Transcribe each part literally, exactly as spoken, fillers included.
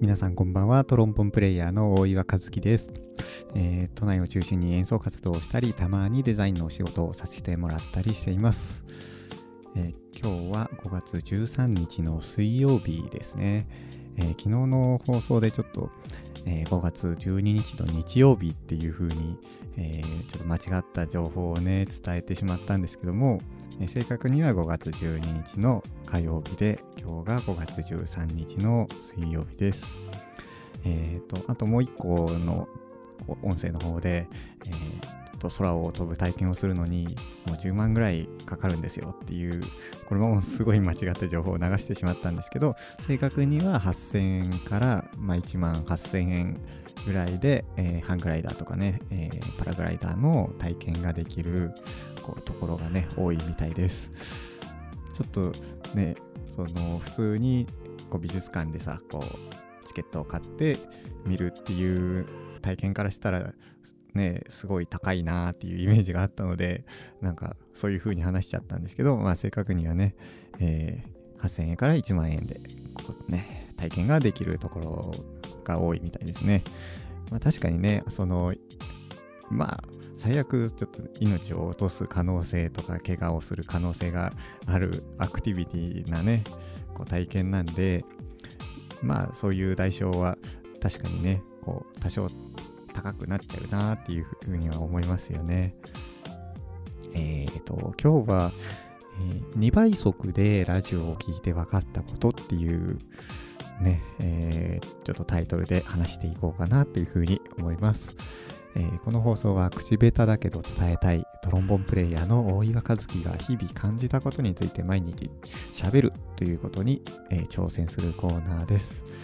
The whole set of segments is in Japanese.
皆さんこんばんは。トロンボンプレイヤーの大岩和樹です、えー、都内を中心に演奏活動をしたり、たまにデザインのお仕事をさせてもらったりしています。えー、今日はごがつじゅうさんにちの水曜日ですね。えー、昨日の放送でちょっと、えー、ごがつじゅうににちの日曜日っていう風に、えー、ちょっと間違った情報をね伝えてしまったんですけども、えー、正確にはごがつじゅうににちの火曜日で、今日がごがつじゅうさんにちの水曜日です。えーと、あともう一個の音声の方で、えーと空を飛ぶ体験をするのにもうじゅうまんぐらいかかるんですよっていう、これもすごい間違った情報を流してしまったんですけど、正確にははっせんえんから、まあ、いちまんはっせんえんぐらいで、えー、ハングライダーとかね、えー、パラグライダーの体験ができるこうところがね多いみたいです。ちょっとね、その普通にこう美術館でさ、こうチケットを買って見るっていう体験からしたらね、すごい高いなーっていうイメージがあったので、なんかそういう風に話しちゃったんですけど、まあ正確にはね、えー、はっせんえんからいちまんえんでこう、ね、体験ができるところが多いみたいですね。まあ確かにね、そのまあ最悪ちょっと命を落とす可能性とか怪我をする可能性があるアクティビティなね、こう体験なんで、まあそういう代償は確かにね、こう多少高くなっちゃうなっていうふうには思いますよね。えーと今日は、えー、にばい速でラジオを聞いて分かったことっていうね、えー、ちょっとタイトルで話していこうかなというふうに思います。えー、この放送は口下手だけど伝えたいトロンボンプレイヤーの大岩和樹が日々感じたことについて毎日喋るということに、えー、挑戦するコーナーです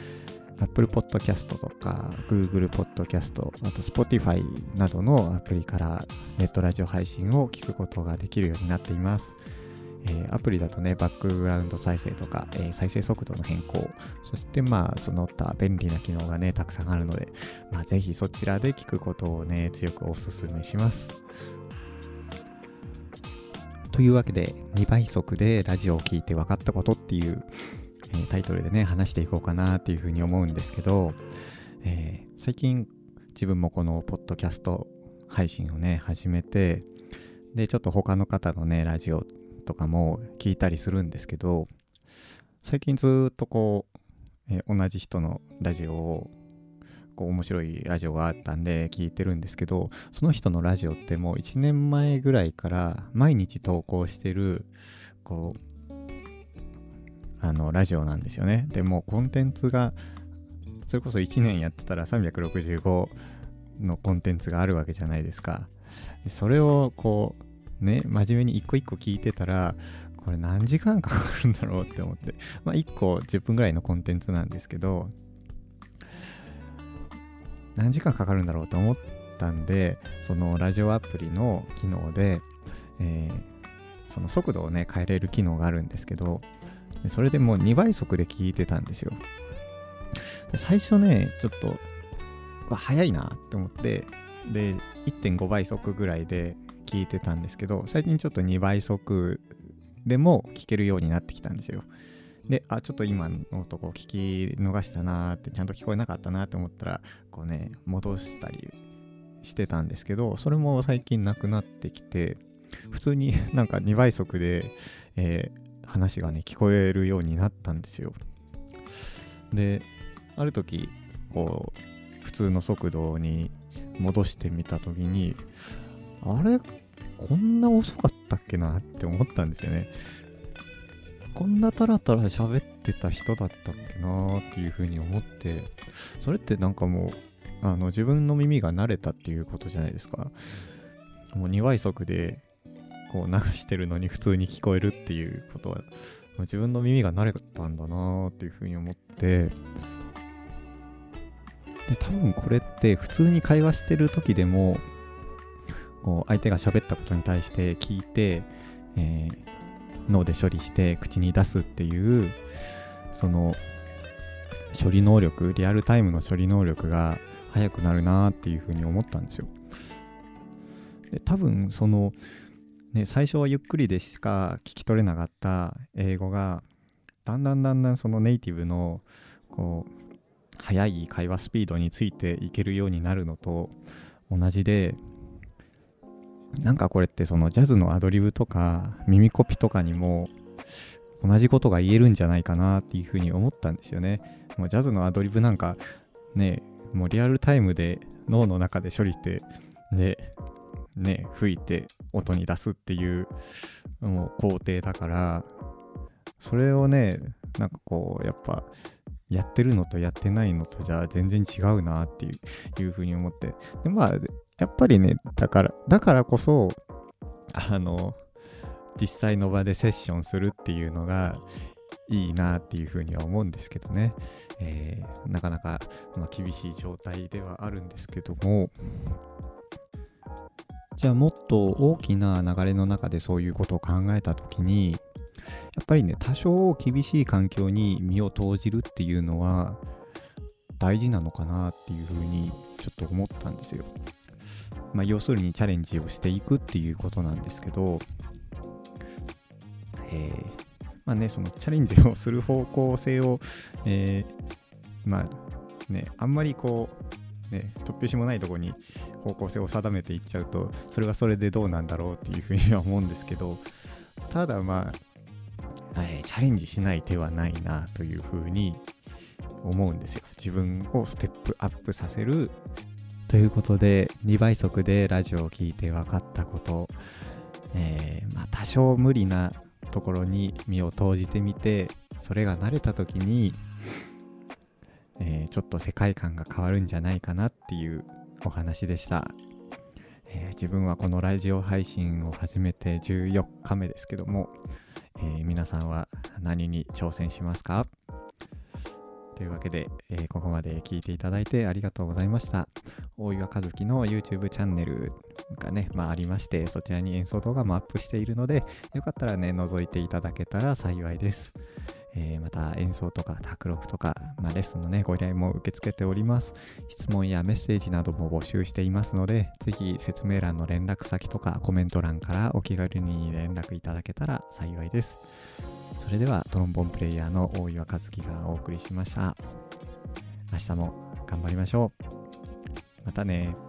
。Apple Podcast とか Google Podcast、あと Spotify などのアプリからネットラジオ配信を聞くことができるようになっています。えー、アプリだとね、バックグラウンド再生とか、えー、再生速度の変更、そしてまあその他便利な機能がねたくさんあるので、まあ、ぜひそちらで聞くことをね強くお勧めします。というわけで、にばい速でラジオを聞いて分かったことっていうえー、タイトルでね話していこうかなっていうふうに思うんですけど、えー、最近自分もこのポッドキャスト配信をね始めて、でちょっと他の方のねラジオとかも聞いたりするんですけど、最近ずっとこう、えー、同じ人のラジオをこう面白いラジオがあったんで聞いてるんですけど、その人のラジオってもういちねんまえぐらいから毎日投稿してるこうあのラジオなんですよね。でもコンテンツがそれこそいちねんやってたらさんびゃくろくじゅうごのコンテンツがあるわけじゃないですか。でそれをこうね真面目に一個一個聞いてたら、これ何時間かかるんだろうって思って、まあいっこじゅっぷんぐらいのコンテンツなんですけど、何時間かかるんだろうと思ったんで、そのラジオアプリの機能で、えー、その速度をね変えれる機能があるんですけど、それでもうにばい速で聞いてたんですよ。で最初ねちょっと早いなって思って、で いってんごばい速ぐらいで聞いてたんですけど、最近ちょっとにばい速でも聞けるようになってきたんですよ。で、あ、ちょっと今のとこ聞き逃したなーって、ちゃんと聞こえなかったなって思ったらこうね戻したりしてたんですけど、それも最近なくなってきて、普通になんかにばい速で、えー話がね聞こえるようになったんですよ。で、ある時こう普通の速度に戻してみた時に、あれこんな遅かったっけなって思ったんですよね。こんなタラタラ喋ってた人だったっけなっていう風に思って、それってなんかもうあの自分の耳が慣れたっていうことじゃないですか。もうにばい速でこう流してるのに普通に聞こえるっていうことは、自分の耳が慣れたんだなーっていうふうに思って、で多分これって普通に会話してる時でもこう相手が喋ったことに対して聞いて、えー、脳で処理して口に出すっていうその処理能力、リアルタイムの処理能力が速くなるなーっていうふうに思ったんですよ。で多分そのね、最初はゆっくりでしか聞き取れなかった英語がだんだんだんだんそのネイティブのこう速い会話スピードについていけるようになるのと同じで、なんかこれってそのジャズのアドリブとか耳コピとかにも同じことが言えるんじゃないかなっていうふうに思ったんですよね。もうジャズのアドリブなんかね、もうリアルタイムで脳の中で処理してでね吹いて音に出すっていうもう工程だから、それをねなんかこうやっぱやってるのとやってないのとじゃあ全然違うなっていういうふうに思って、でまあやっぱりねだからだからこそあの実際の場でセッションするっていうのがいいなっていうふうには思うんですけどね、えー、なかなか、まあ、厳しい状態ではあるんですけども、じゃあもっと大きな流れの中でそういうことを考えたときに、やっぱりね多少厳しい環境に身を投じるっていうのは大事なのかなっていうふうにちょっと思ったんですよ。まあ要するにチャレンジをしていくっていうことなんですけど、えー、まあねそのチャレンジをする方向性を、えー、まあねあんまりこうね突拍子もないところに方向性を定めていっちゃうと、それはそれでどうなんだろうっていうふうには思うんですけど、ただまあ、えー、チャレンジしない手はないなというふうに思うんですよ。自分をステップアップさせるということで、にばい速でラジオを聞いて分かったこと、えーまあ、多少無理なところに身を投じてみて、それが慣れた時に、えー、ちょっと世界観が変わるんじゃないかなっていうお話でした。えー、自分はこのラジオ配信を始めてじゅうよっかめですけども、えー、皆さんは何に挑戦しますか？というわけで、えー、ここまで聞いていただいてありがとうございました。大岩和樹の YouTube チャンネルがね、まあ、ありまして、そちらに演奏動画もアップしているので、よかったらね覗いていただけたら幸いです。えー、また演奏とか卓録とか、まあ、レッスンのねご依頼も受け付けております。質問やメッセージなども募集していますので、ぜひ説明欄の連絡先とかコメント欄からお気軽に連絡いただけたら幸いです。それではトロンボーンプレイヤーの大岩和樹がお送りしました。明日も頑張りましょう。またね。